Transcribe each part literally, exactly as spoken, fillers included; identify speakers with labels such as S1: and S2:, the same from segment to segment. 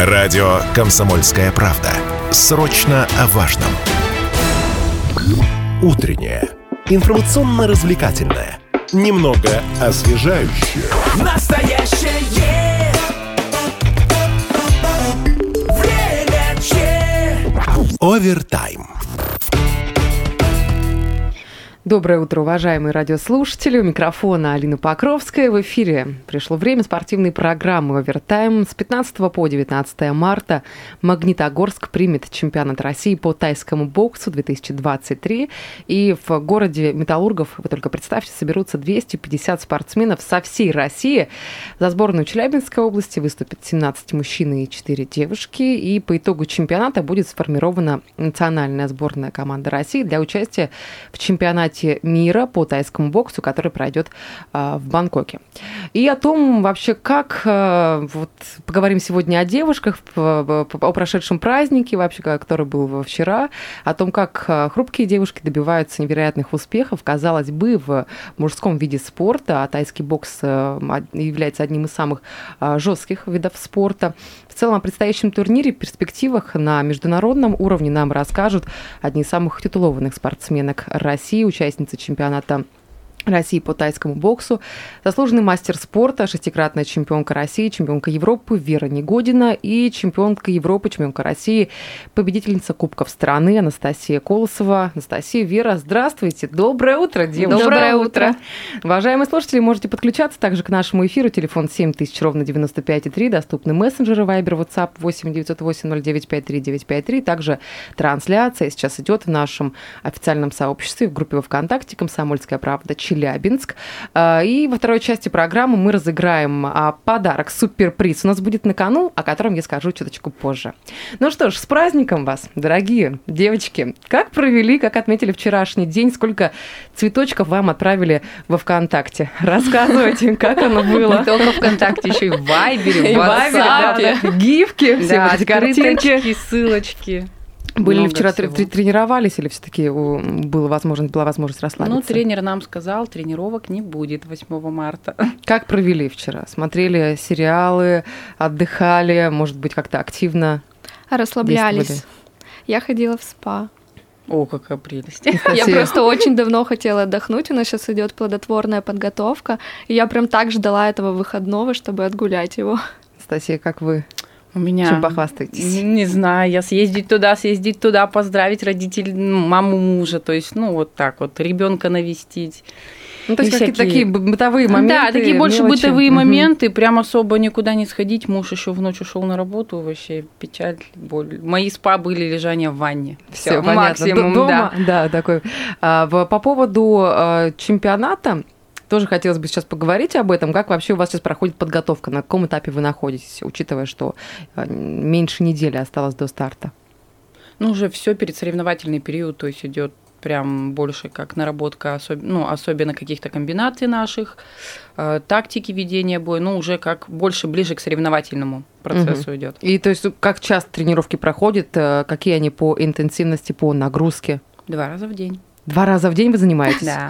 S1: Радио «Комсомольская правда». Срочно о важном. Утреннее. Информационно-развлекательное. Немного освежающее. Настоящее. Время Че. Овертайм.
S2: Доброе утро, уважаемые радиослушатели. У микрофона Алина Покровская. В эфире пришло время спортивной программы «Овертайм». С пятнадцатого по девятнадцатое марта Магнитогорск примет чемпионат России по тайскому боксу две тысячи двадцать три. И в городе Металлургов, вы только представьте, соберутся двести пятьдесят спортсменов со всей России. За сборную Челябинской области выступят семнадцать мужчин и четыре девушки. И по итогу чемпионата будет сформирована национальная сборная команда России для участия в чемпионате мира по тайскому боксу, который пройдет а, в Бангкоке. И о том вообще, как а, вот, поговорим сегодня о девушках, о прошедшем празднике, вообще, который был вчера, о том, как хрупкие девушки добиваются невероятных успехов, казалось бы, в мужском виде спорта, а тайский бокс является одним из самых жестких видов спорта. В целом о предстоящем турнире, перспективах на международном уровне нам расскажут одни из самых титулованных спортсменок России, участницы чемпионата России по тайскому боксу, заслуженный мастер спорта, шестикратная чемпионка России, чемпионка Европы Вера Негодина и чемпионка Европы, чемпионка России, победительница Кубков страны Анастасия Колосова. Анастасия, Вера, здравствуйте. Доброе утро, девушки.
S3: Доброе утро.
S2: Уважаемые слушатели, можете подключаться также к нашему эфиру. Телефон семь тысяч ровно девяносто пять и три. Доступны мессенджеры Вайбер, WhatsApp восемь девятьсот восемь ноль девять пять три девять пять три. Также трансляция сейчас идет в нашем официальном сообществе в группе во ВКонтакте «Комсомольская правда» Челябинск. И во второй части программы мы разыграем подарок, суперприз. У нас будет на кону, о котором я скажу чуточку позже. Ну что ж, с праздником вас, дорогие девочки. Как провели, как отметили вчерашний день? Сколько цветочков вам отправили во ВКонтакте? Рассказывайте, как оно было.
S3: Не только ВКонтакте, еще и в Вайбере,
S2: в WhatsApp, гифки, все эти картинки,
S3: ссылочки.
S2: Были ли вчера трени- тренировались или все-таки была возможность, была возможность расслабиться?
S3: Ну, тренер нам сказал, тренировок не будет восьмого марта.
S2: Как провели вчера? Смотрели сериалы, отдыхали, может быть, как-то активно
S4: расслаблялись. Я ходила в спа.
S3: О, какая прелесть.
S4: Я просто очень давно хотела отдохнуть. У нас сейчас идет плодотворная подготовка. И я прям так ждала этого выходного, чтобы отгулять его.
S2: Анастасия, как вы?
S3: У меня...
S2: Чем похвастаетесь?
S3: Не, не знаю, я съездить туда, съездить туда, поздравить родителей, маму мужа, то есть, ну, вот так вот, ребенка навестить.
S2: Ну, то есть какие-то такие бытовые моменты.
S3: Да, такие больше
S2: мелочи.
S3: бытовые
S2: Угу.
S3: моменты, прям особо никуда не сходить. Муж еще в ночь ушел на работу, вообще печаль, боль. Мои спа были лежания в ванне.
S2: Все,
S3: максимум,
S2: дома,
S3: да.
S2: Да, такой. А, по поводу а, чемпионата, тоже хотелось бы сейчас поговорить об этом. Как вообще у вас сейчас проходит подготовка? На каком этапе вы находитесь, учитывая, что меньше недели осталось до старта?
S3: Ну, уже все перед соревновательный период, то есть идет прям больше как наработка, особ... ну, особенно каких-то комбинаций наших, э, тактики ведения боя, ну, уже как больше ближе к соревновательному процессу угу. идет.
S2: И то есть как часто тренировки проходят, какие они по интенсивности, по нагрузке?
S3: Два раза в день.
S2: Два раза в день вы занимаетесь?
S3: Да.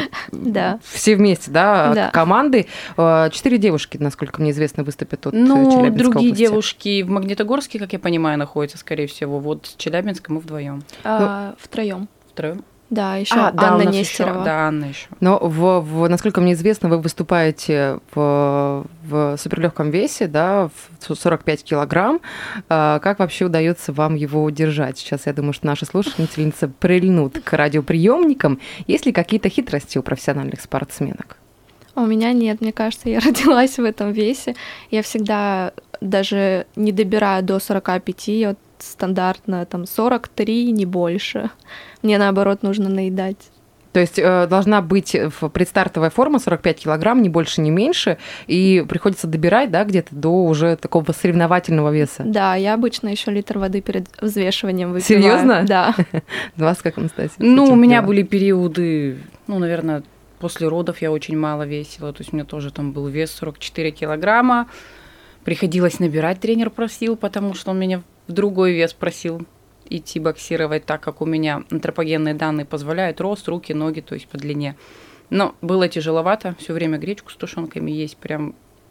S2: Да. Все вместе, да,
S4: да.
S2: команды. Четыре девушки, насколько мне известно, выступят от
S3: ну,
S2: Челябинской
S3: другие
S2: области.
S3: девушки в Магнитогорске, как я понимаю, находятся, скорее всего. Вот с Челябинска мы вдвоем.
S4: А, ну, втроем.
S3: Втроем?
S4: Да, еще
S3: а, да,
S4: Анна
S3: у нас
S4: Нестерова.
S3: Еще, да, Анна еще.
S2: Но, в, в, насколько мне известно, вы выступаете в, в суперлегком весе, да, в сорок пять килограмм. А, как вообще удается вам его удержать? Сейчас я думаю, что наши слушательницы прильнут к радиоприемникам. Есть ли какие-то хитрости у профессиональных спортсменок?
S4: У меня нет, мне кажется, я родилась в этом весе. Я всегда даже не добираю до сорока пяти, я вот стандартно там сорок три, не больше. Мне, наоборот, нужно наедать.
S2: То есть э, должна быть предстартовая форма сорок пять килограмм, ни больше, ни меньше, и приходится добирать, да, где-то до уже такого соревновательного веса.
S4: Да, я обычно еще литр воды перед взвешиванием выпиваю.
S2: Серьезно?
S4: Да.
S2: У вас как, Анастасия?
S3: Ну, у меня были периоды, ну, наверное, после родов я очень мало весила, то есть у меня тоже там был вес сорок четыре килограмма. Приходилось набирать, тренер просил, потому что он меня в другой вес просил идти боксировать, так как у меня антропогенные данные позволяют рост, руки, ноги, то есть по длине. Но было тяжеловато, все время гречку с тушенками есть, прям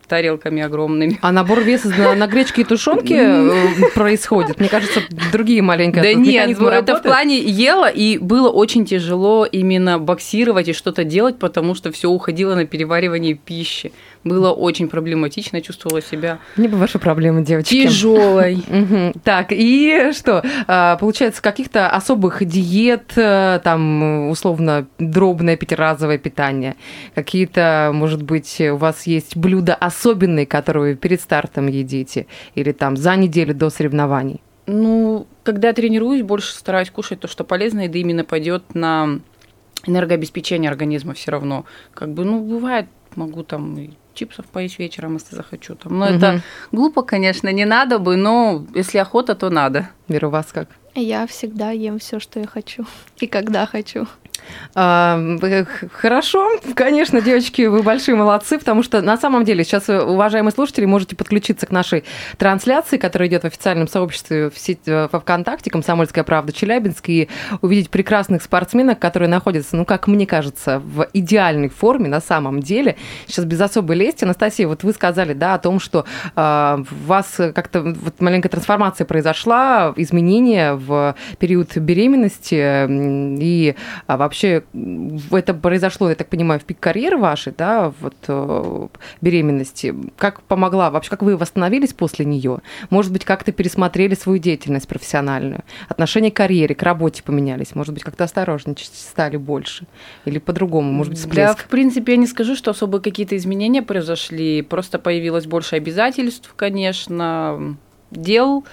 S3: тарелками огромными.
S2: А набор веса на, на гречке и тушенке происходит? Мне кажется, другие маленькие
S3: да
S2: механизмы
S3: нет,
S2: работают.
S3: Это в плане ела, и было очень тяжело именно боксировать и что-то делать, потому что все уходило на переваривание пищи. Было очень проблематично, чувствовала себя...
S2: Не бы ваши проблемы, девочки.
S3: Тяжелой.
S2: Угу. Так, и что? Получается, каких-то особых диет, там, условно, дробное пятиразовое питание, какие-то, может быть, у вас есть блюда особенные, которые вы перед стартом едите, или там за неделю до соревнований?
S3: Ну, когда я тренируюсь, больше стараюсь кушать то, что полезно, и да именно пойдет на энергообеспечение организма все равно. Как бы, ну, бывает, могу там и чипсов поесть вечером, если захочу. Там. Но угу. это глупо, конечно, не надо бы, но если охота, то надо.
S2: Вера, у вас как?
S4: Я всегда ем все, что я хочу, и когда хочу.
S2: А, хорошо, конечно, девочки, вы большие молодцы, потому что на самом деле сейчас, уважаемые слушатели, можете подключиться к нашей трансляции, которая идет в официальном сообществе в сети, во ВКонтакте «Комсомольская правда Челябинск», и увидеть прекрасных спортсменок, которые находятся, ну, как мне кажется, в идеальной форме на самом деле. Сейчас без особой лести. Анастасия, вот вы сказали, да, о том, что э, у вас как-то вот маленькая трансформация произошла, изменения в период беременности, и вообще это произошло, я так понимаю, в пик карьеры вашей, да, вот э, беременности. Как помогла вообще, как вы восстановились после нее? Может быть, как-то пересмотрели свою деятельность профессиональную? Отношение к карьере, к работе поменялись? Может быть, как-то осторожнее стали больше? Или по-другому? Может быть, всплеск?
S3: Да, в принципе, я не скажу, что особо какие-то изменения произошли. Просто появилось больше обязательств, конечно, дел.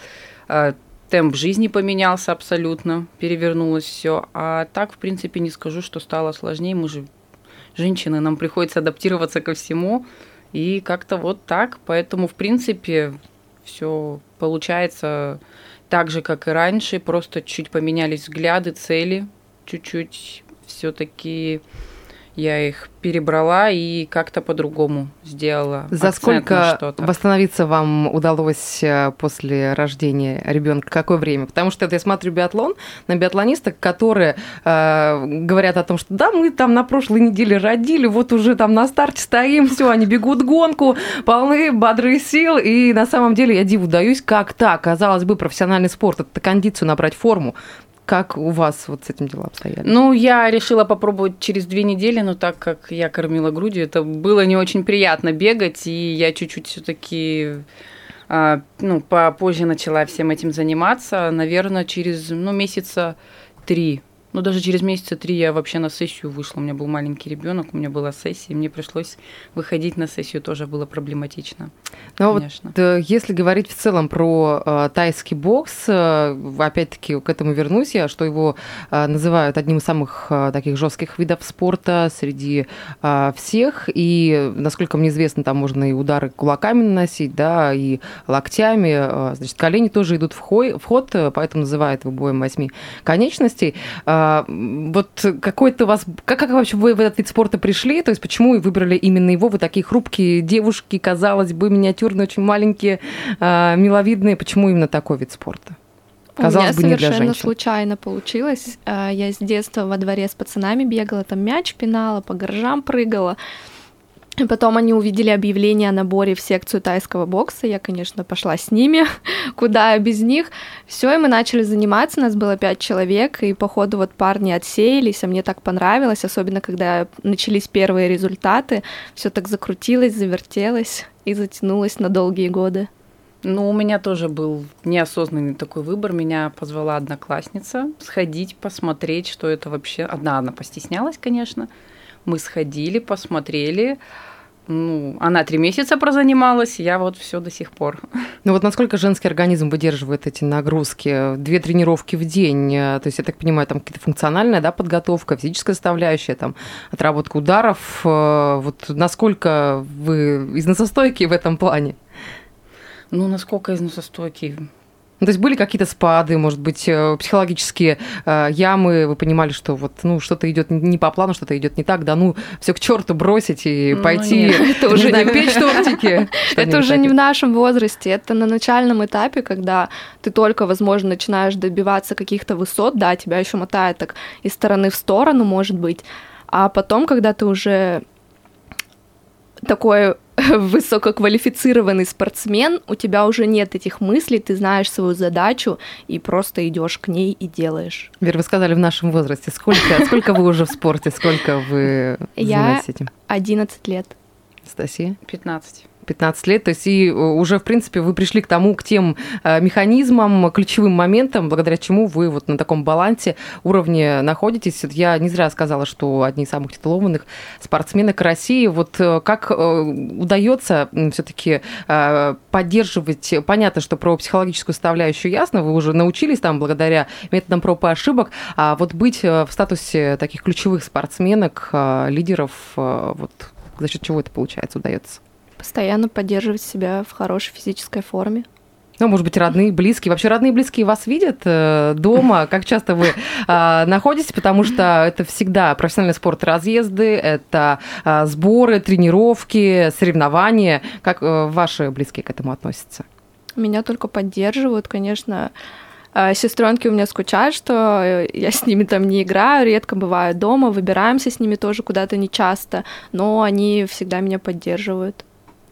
S3: Темп жизни поменялся абсолютно, перевернулось все. А так, в принципе, не скажу, что стало сложнее. Мы же женщины, нам приходится адаптироваться ко всему. И как-то вот так. Поэтому, в принципе, все получается так же, как и раньше. Просто чуть поменялись взгляды, цели. Чуть-чуть все-таки я их перебрала и как-то по-другому сделала.
S2: За сколько восстановиться вам удалось после рождения ребенка? Какое время? Потому что я смотрю биатлон, на биатлонисток, которые э, говорят о том, что да, мы там на прошлой неделе родили, вот уже там на старте стоим, все, они бегут гонку, полны бодрых сил, и на самом деле я диву даюсь, как так? Казалось бы, профессиональный спорт, это кондицию набрать, форму. Как у вас вот с этим дела обстояли?
S3: Ну, я решила попробовать через две недели, но так как я кормила грудью, это было не очень приятно бегать, и я чуть-чуть все-таки ну, попозже начала всем этим заниматься. Наверное, через ну, месяца три. Ну, даже через месяца три я вообще на сессию вышла. У меня был маленький ребенок, у меня была сессия, мне пришлось выходить на сессию, тоже было проблематично.
S2: Но конечно. Вот, если говорить в целом про э, тайский бокс, э, опять-таки к этому вернусь я, что его э, называют одним из самых э, таких жестких видов спорта среди э, всех, и, насколько мне известно, там можно и удары кулаками наносить, да, и локтями, э, значит, колени тоже идут в, хой, в ход, поэтому называют его боем восьми конечностей. Вот какой-то у вас... Как, как вообще вы в этот вид спорта пришли? То есть почему выбрали именно его? Вы такие хрупкие девушки, казалось бы, миниатюрные, очень маленькие, миловидные. Почему именно такой вид спорта? Казалось бы, не для женщин.
S4: У меня совершенно случайно получилось. Я с детства во дворе с пацанами бегала, там мяч пинала, по гаражам прыгала. И потом они увидели объявление о наборе в секцию тайского бокса. Я, конечно, пошла с ними, куда без них. Все, и мы начали заниматься. Нас было пять человек, и, походу, вот парни отсеялись, а мне так понравилось, особенно когда начались первые результаты. Все так закрутилось, завертелось и затянулось на долгие годы.
S3: Ну, у меня тоже был неосознанный такой выбор. Меня позвала одноклассница сходить, посмотреть, что это вообще. Одна она постеснялась, конечно. Мы сходили, посмотрели. Ну, она три месяца прозанималась, я вот все до сих пор.
S2: Ну вот насколько женский организм выдерживает эти нагрузки? Две тренировки в день, то есть, я так понимаю, там какая-то функциональная, да, подготовка, физическая составляющая, там, отработка ударов. Вот насколько вы износостойкие в этом плане?
S3: Ну, насколько износостойкие?
S2: То есть были какие-то спады, может быть, психологические э, ямы, вы понимали, что вот, ну, что-то идет не по плану, что-то идет не так, да, ну, все к черту бросить и ну, пойти, это уже не печь тортики.
S4: Это уже не в нашем возрасте, это на начальном этапе, когда ты только, возможно, начинаешь добиваться каких-то высот, да, тебя еще мотает так из стороны в сторону, может быть, а потом, когда ты уже такой высококвалифицированный спортсмен, у тебя уже нет этих мыслей, ты знаешь свою задачу и просто идешь к ней и делаешь.
S2: Вера, вы сказали в нашем возрасте. Сколько, сколько вы уже в спорте? Сколько вы занимаетесь этим?
S4: Я одиннадцать лет.
S2: Анастасия?
S3: пятнадцать.
S2: пятнадцать лет, то есть и уже, в принципе, вы пришли к тому, к тем механизмам, ключевым моментам, благодаря чему вы вот на таком балансе уровне находитесь. Я не зря сказала, что одни из самых титулованных спортсменок России. Вот как удается все-таки поддерживать, понятно, что про психологическую составляющую ясно, вы уже научились там благодаря методам проб и ошибок, а вот быть в статусе таких ключевых спортсменок, лидеров, вот за счет чего это получается, удается?
S4: Постоянно поддерживать себя в хорошей физической форме.
S2: Ну, может быть, родные, близкие. Вообще, родные и близкие вас видят э, дома? Как часто вы э, находитесь? Потому что это всегда профессиональный спорт, разъезды, это э, сборы, тренировки, соревнования. Как э, ваши близкие к этому относятся?
S4: Меня только поддерживают, конечно. Сестренки у меня скучают, что я с ними там не играю, редко бываю дома, выбираемся с ними тоже куда-то нечасто, но они всегда меня поддерживают.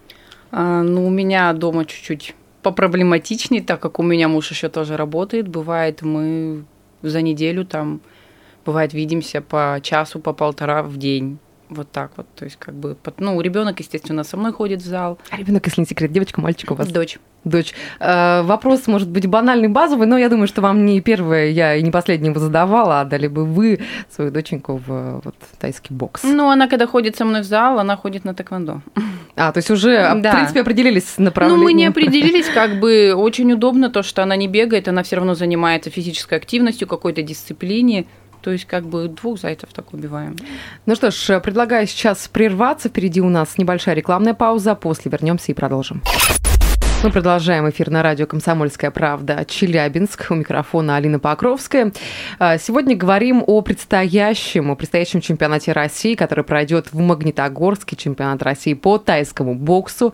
S3: А, ну, у меня дома чуть-чуть попроблематичнее, так как у меня муж еще тоже работает. Бывает, мы за неделю там, бывает, видимся по часу, по полтора в день. Вот так вот. То есть, как бы, ну, ребенок, естественно, со мной ходит в зал.
S2: А ребенок, если не секрет, девочка, мальчик у вас?
S3: Дочь.
S2: Дочь. Э, вопрос может быть банальный, базовый, но я думаю, что вам не первое, я и не последнее его задавала, отдали бы вы свою доченьку в вот, тайский бокс.
S3: Ну, она когда ходит со мной в зал, она ходит на тэквондо.
S2: А, то есть уже, да. в принципе, определились с направлением.
S3: Ну, мы не определились, как бы очень удобно то, что она не бегает, она все равно занимается физической активностью, какой-то дисциплине. То есть, как бы двух зайцев так убиваем.
S2: Ну что ж, предлагаю сейчас прерваться. Впереди у нас небольшая рекламная пауза. После вернемся и продолжим. Мы продолжаем эфир на радио «Комсомольская правда» Челябинск. У микрофона Алина Покровская. Сегодня говорим о предстоящем, о предстоящем чемпионате России, который пройдет в Магнитогорске, чемпионат России по тайскому боксу.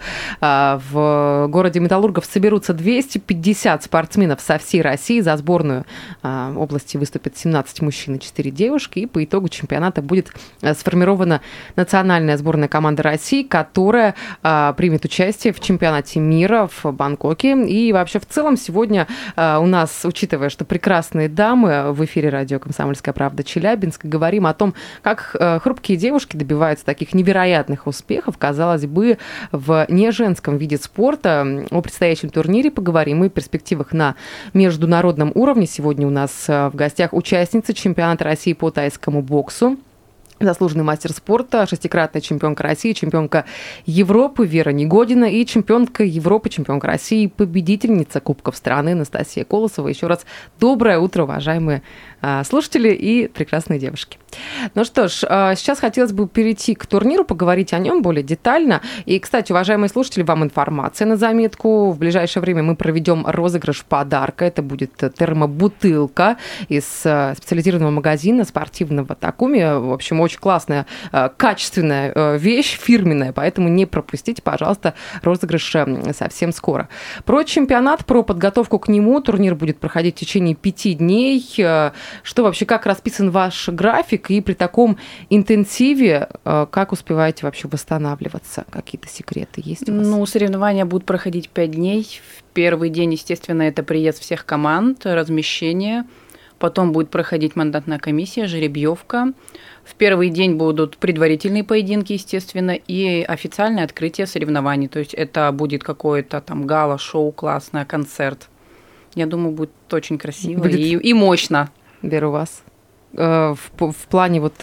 S2: В городе Металлургов соберутся двести пятьдесят спортсменов со всей России. За сборную области выступят семнадцать мужчин и четыре девушки. И по итогу чемпионата будет сформирована национальная сборная команда России, которая примет участие в чемпионате мира в Бангкоке. И вообще в целом сегодня э, у нас, учитывая, что прекрасные дамы в эфире радио «Комсомольская правда» Челябинск, говорим о том, как э, хрупкие девушки добиваются таких невероятных успехов, казалось бы, в неженском виде спорта. О предстоящем турнире поговорим и перспективах на международном уровне. Сегодня у нас в гостях участница чемпионата России по тайскому боксу, заслуженный мастер спорта, шестикратная чемпионка России, чемпионка Европы Вера Негодина и чемпионка Европы, чемпионка России, победительница Кубков страны Анастасия Колосова. Еще раз доброе утро, уважаемые слушатели и прекрасные девушки. Ну что ж, сейчас хотелось бы перейти к турниру, поговорить о нем более детально. И, кстати, уважаемые слушатели, вам информация на заметку. В ближайшее время мы проведем розыгрыш подарка. Это будет термобутылка из специализированного магазина спортивного Такуми. В общем, очень классная, качественная вещь, фирменная, поэтому не пропустите, пожалуйста, розыгрыш совсем скоро. Про чемпионат, про подготовку к нему. Турнир будет проходить в течение пяти дней. Что вообще, как расписан ваш график? И при таком интенсиве, как успеваете вообще восстанавливаться? Какие-то секреты есть у вас?
S3: Ну, соревнования будут проходить пять дней. В первый день, естественно, это приезд всех команд, размещение. Потом будет проходить мандатная комиссия, жеребьевка. В первый день будут предварительные поединки, естественно, и официальное открытие соревнований. То есть это будет какое-то там гала, шоу классное, концерт. Я думаю, будет очень красиво будет... и, и мощно.
S2: Вера, у вас? В, в плане вот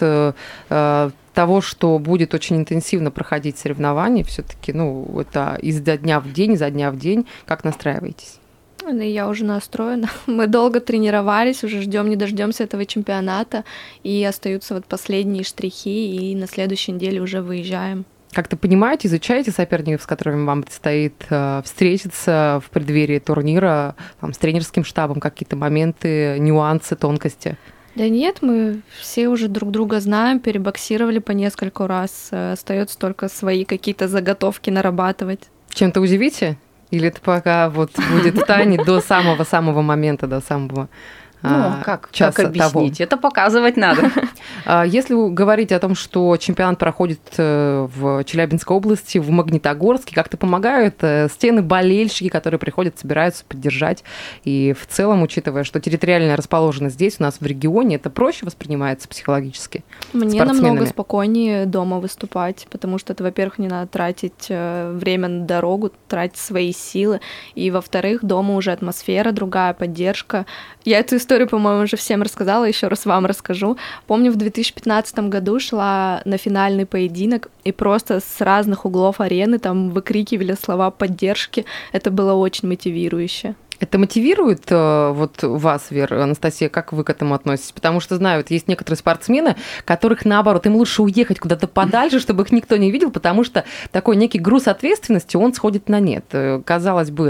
S2: того, что будет очень интенсивно проходить соревнования, все-таки, ну, это изо дня в день, изо дня в день. Как настраиваетесь?
S4: Я уже настроена. Мы долго тренировались, уже ждем, не дождемся этого чемпионата, и остаются вот последние штрихи, и на следующей неделе уже выезжаем.
S2: Как-то понимаете, изучаете соперников, с которыми вам предстоит э, встретиться в преддверии турнира, там, с тренерским штабом, какие-то моменты, нюансы, тонкости?
S4: Да нет, мы все уже друг друга знаем, перебоксировали по нескольку раз, остается только свои какие-то заготовки нарабатывать.
S2: Чем-то удивите? Или это пока вот будет в тайне до самого-самого момента, до самого
S3: Ну, как,
S2: часа
S3: как объяснить?
S2: того.
S3: Это показывать надо.
S2: Если говорить о том, что чемпионат проходит в Челябинской области, в Магнитогорске, как-то помогают стены, болельщики, которые приходят, собираются поддержать. И в целом, учитывая, что территориально расположено здесь, у нас в регионе, это проще воспринимается психологически?
S4: Мне намного спокойнее дома выступать, потому что это, во-первых, не надо тратить время на дорогу, тратить свои силы, и, во-вторых, дома уже атмосфера другая, поддержка. Я эту историю, по-моему, уже всем рассказала, еще раз вам расскажу. Помню, в две тысячи пятнадцатом году шла на финальный поединок, и просто с разных углов арены там выкрикивали слова поддержки. Это было очень мотивирующе.
S2: Это мотивирует вот вас, Вера, Анастасия, как вы к этому относитесь? Потому что знаю, вот есть некоторые спортсмены, которых, наоборот, им лучше уехать куда-то подальше, чтобы их никто не видел, потому что такой некий груз ответственности, он сходит на нет. Казалось бы,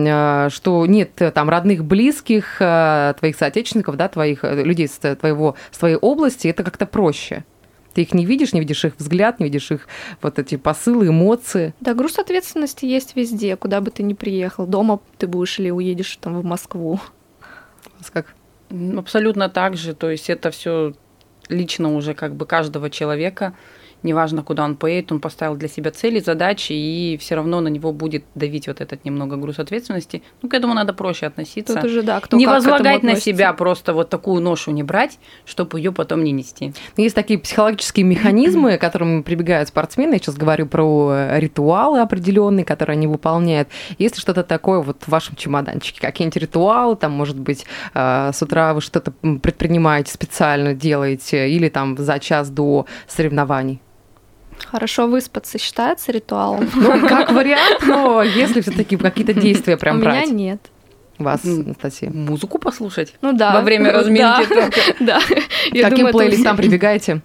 S2: что нет там родных, близких, твоих соотечественников, да, твоих людей с, твоего, с твоей области, это как-то проще. Ты их не видишь, не видишь их взгляд, не видишь их вот эти посылы, эмоции.
S4: Да, груз ответственности есть везде, куда бы ты ни приехал. Дома ты будешь или уедешь там в Москву.
S2: Как?
S3: Абсолютно так же. То есть это все лично уже как бы каждого человека. Неважно, куда он поедет, он поставил для себя цели, задачи, и все равно на него будет давить вот этот немного груз ответственности. Ну, к этому надо проще относиться.
S4: Тут уже, да, кто
S3: не
S4: как
S3: возлагать на себя, просто вот такую ношу не брать, чтобы ее потом не нести.
S2: Есть такие психологические механизмы, к которым прибегают спортсмены. Я сейчас говорю про ритуалы определенные, которые они выполняют. Есть ли что-то такое вот в вашем чемоданчике? Какие-нибудь ритуалы, там, может быть, с утра вы что-то предпринимаете специально, делаете, или там за час до соревнований?
S4: Хорошо выспаться считается ритуалом?
S2: Ну, как вариант, но если все-таки какие-то действия прям
S4: У
S2: брать.
S4: меня нет.
S2: Вас, Анастасия?
S3: Музыку послушать?
S4: Ну да.
S3: Во время разминки?
S4: Да.
S2: Каким плейлистам прибегаете?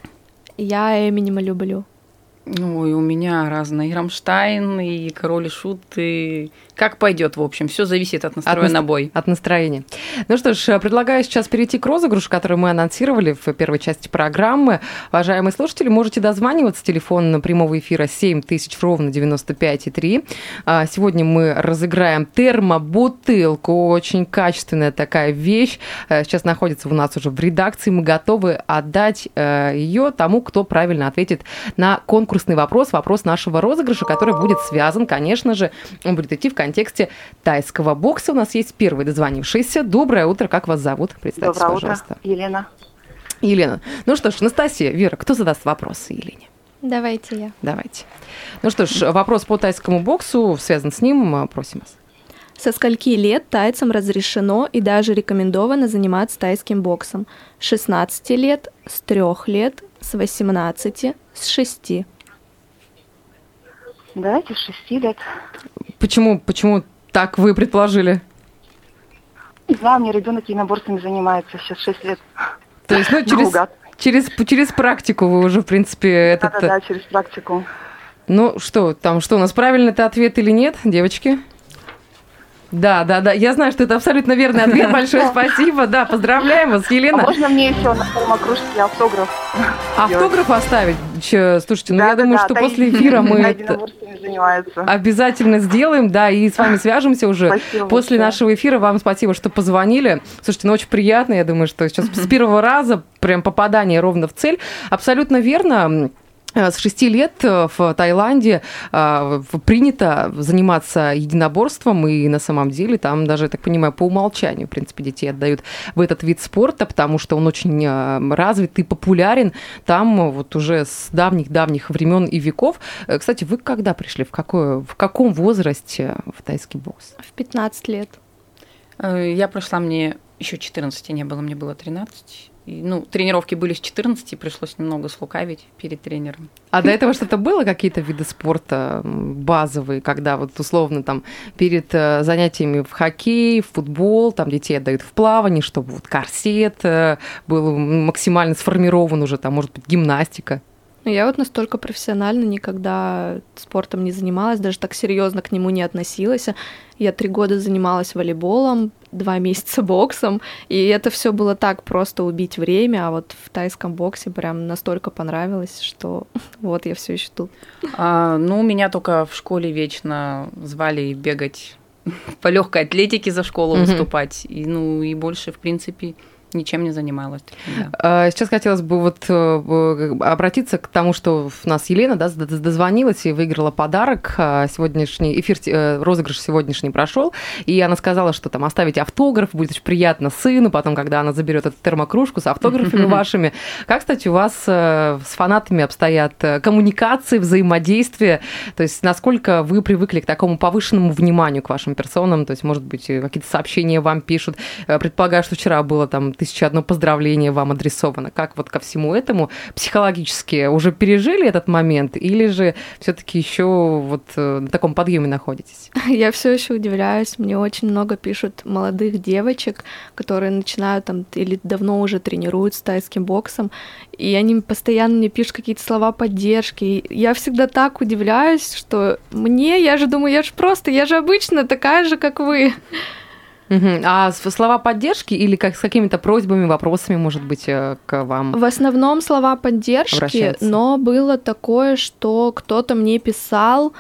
S4: Я Эминема люблю.
S3: Ой, у меня разные. И Рамштайн, и Король и Шут, и как пойдет, в общем. Все зависит от настроя
S2: от
S3: на бой.
S2: От настроения. Ну что ж, предлагаю сейчас перейти к розыгрышу, который мы анонсировали в первой части программы. Уважаемые слушатели, можете дозваниваться. Телефон прямого эфира семь тысяч ровно девяносто пять и три. Сегодня мы разыграем термобутылку. Очень качественная такая вещь. Сейчас находится у нас уже в редакции. Мы готовы отдать ее тому, кто правильно ответит на конкурсный вопрос, вопрос нашего розыгрыша, который будет связан, конечно же, он будет идти в контексте тайского бокса. У нас есть первый дозвонившийся. Доброе утро, как вас зовут? Представьтесь,
S5: Доброе
S2: пожалуйста.
S5: утро, Елена.
S2: Елена. Ну что ж, Анастасия, Вера, кто задаст вопросы Елене?
S4: Давайте я.
S2: Давайте. Ну что ж, вопрос по тайскому боксу, связан с ним, просим вас.
S4: Со скольки лет тайцам разрешено и даже рекомендовано заниматься тайским боксом? С шестнадцати лет, с трёх лет, с восемнадцати, с шести.
S5: Давайте с шести лет.
S2: Почему, почему так вы предположили?
S5: Не знаю, мне ребенок единоборствами занимается сейчас шесть лет.
S2: То есть, ну, через, через, через практику вы уже, в принципе, этот...
S5: Да-да-да, через практику.
S2: Ну, что, там, что, у нас правильный это ответ или нет, девочки? Да, да, да. Я знаю, что это абсолютно верный ответ. Большое спасибо. Да, поздравляем вас, Елена.
S5: А можно мне еще на термокружке автограф?
S2: Автограф оставить? Слушайте, ну
S5: да,
S2: я
S5: да,
S2: думаю,
S5: да,
S2: что
S5: да,
S2: после эфира мы это
S5: занимается.
S2: обязательно сделаем, да, и с вами свяжемся уже.
S5: Спасибо
S2: после
S5: большое.
S2: Нашего эфира. Вам спасибо, что позвонили. Слушайте, ну очень приятно. Я думаю, что сейчас с первого раза прям попадание ровно в цель. Абсолютно верно. С шести лет в Таиланде принято заниматься единоборством, и на самом деле там даже, я так понимаю, по умолчанию, в принципе, детей отдают в этот вид спорта, потому что он очень развит и популярен там вот уже с давних-давних времен и веков. Кстати, вы когда пришли, в, какое, в каком возрасте в тайский бокс?
S4: В пятнадцать лет.
S3: Я прошла, мне еще четырнадцати не было, мне было тринадцать. И, ну, тренировки были с четырнадцати, пришлось немного слукавить перед тренером.
S2: А до этого что-то было, какие-то виды спорта базовые, когда вот условно там перед занятиями в хоккей, в футбол, там детей отдают в плавание, чтобы вот корсет был максимально сформирован уже, там, может быть, гимнастика?
S4: Я вот настолько профессионально никогда спортом не занималась, даже так серьезно к нему не относилась. Я три года занималась волейболом, два месяца боксом, и это все было так просто убить время, а вот в тайском боксе прям настолько понравилось, что вот я все еще тут.
S3: А, ну, меня только в школе вечно звали бегать по легкой атлетике за школу
S2: Мгм.
S3: выступать. И, ну, и больше, в принципе, ничем не занималась. Да.
S2: Сейчас хотелось бы вот э, обратиться к тому, что у нас Елена, да, д- дозвонилась и выиграла подарок. А, Сегодняшний эфир, э, розыгрыш сегодняшний прошел, и она сказала, что там оставить автограф, будет очень приятно сыну, потом, когда она заберет эту термокружку с автографами вашими. Как, кстати, у вас э, с фанатами обстоят э, коммуникации, взаимодействие? То есть насколько вы привыкли к такому повышенному вниманию к вашим персонам? То есть, может быть, э, какие-то сообщения вам пишут? Э, Предполагаю, что вчера было там тысяча одно поздравление вам адресовано. Как вот ко всему этому психологически уже пережили этот момент, или же все-таки еще вот на таком подъеме находитесь?
S4: Я все еще удивляюсь. Мне очень много пишут молодых девочек, которые начинают там или давно уже тренируются тайским боксом, и они постоянно мне пишут какие-то слова поддержки. И я всегда так удивляюсь, что мне, я же думаю, я же просто, я же обычно такая же, как вы.
S2: Мгм. А с- слова поддержки или как с какими-то просьбами, вопросами, может быть, э, к вам?
S4: В основном слова поддержки,
S2: Обращаются.
S4: но было такое, что кто-то мне писал,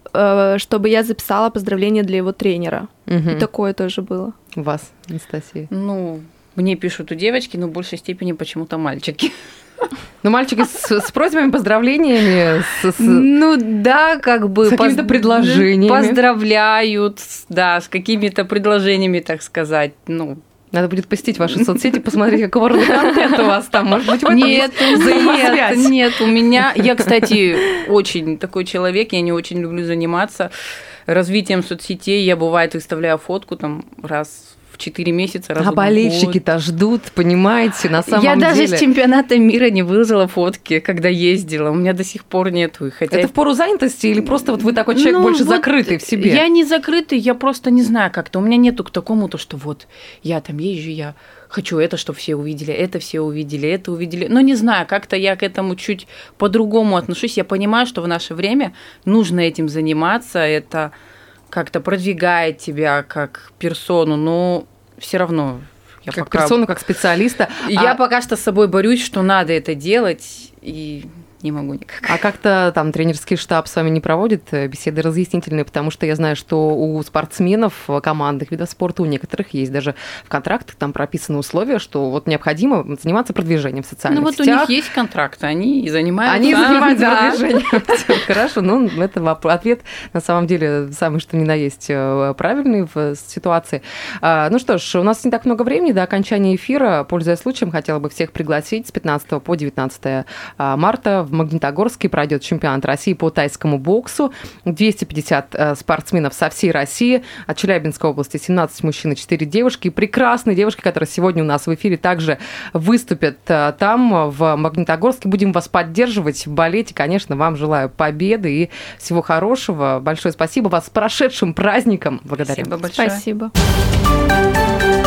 S4: э, чтобы я записала поздравление для его тренера.
S2: Мгм.
S4: И такое тоже было.
S2: У вас, Анастасия?
S3: Ну, мне пишут у девочки, но в большей степени почему-то мальчики.
S2: Ну, мальчики с, с просьбами, поздравлениями, с- с-
S3: Ну да, как бы
S2: С какими-то
S3: позд-
S2: предложениями.
S3: поздравляют, с- да, с какими-то предложениями, так сказать. Ну,
S2: надо будет посетить ваши соцсети, посмотреть, какого рода контент у вас там. Может быть, в этом
S3: нет,
S2: есть взаимосвязь.
S3: нет, нет, у меня... Я, кстати, очень такой человек, я не очень люблю заниматься развитием соцсетей. Я, бывает, выставляю фотку там раз в четыре месяца, раз
S2: А
S3: в год.
S2: болельщики-то ждут, понимаете, на самом
S3: Я
S2: деле.
S3: даже с чемпионата мира не выложила фотки, когда ездила. У меня до сих пор нету их. Хотя
S2: Это в пору занятости или просто вот вы такой человек
S3: Ну,
S2: больше
S3: вот
S2: закрытый в себе?
S3: Я не закрытый, я просто не знаю как-то. У меня нету к такому, то, что вот я там езжу, я хочу это, что все увидели, это все увидели, это увидели. Но не знаю, как-то я к этому чуть по-другому отношусь. Я понимаю, что в наше время нужно этим заниматься, это как-то продвигает тебя как персону, но все равно я
S2: Как
S3: пока...
S2: персону, как специалиста.
S3: Я
S2: а,
S3: пока что с собой борюсь, что надо это делать, и не могу никак.
S2: а как-то там тренерский штаб с вами не проводит э, беседы разъяснительные, потому что я знаю, что у спортсменов в командных видов спорта, у некоторых есть даже в контрактах там прописаны условия, что вот необходимо заниматься продвижением в социальных
S3: Ну вот
S2: сетях.
S3: у них есть контракты, они и занимаются.
S2: Они занимаются
S3: Да.
S2: продвижением. Всё хорошо, ну, это воп- ответ, на самом деле, самый что ни на есть э, правильный в ситуации. А, Ну что ж, у нас не так много времени до окончания эфира. Пользуясь случаем, хотела бы всех пригласить с пятнадцатого по девятнадцатое марта в Магнитогорске пройдет чемпионат России по тайскому боксу. двести пятьдесят э, спортсменов со всей России. От Челябинской области семнадцать мужчин и четыре девушки. Прекрасные девушки, которые сегодня у нас в эфире также выступят э, там, в Магнитогорске. Будем вас поддерживать, болеть. И, конечно, вам желаю победы и всего хорошего. Большое спасибо вас с прошедшим праздником. Благодарю.
S3: Спасибо большое.
S4: Спасибо.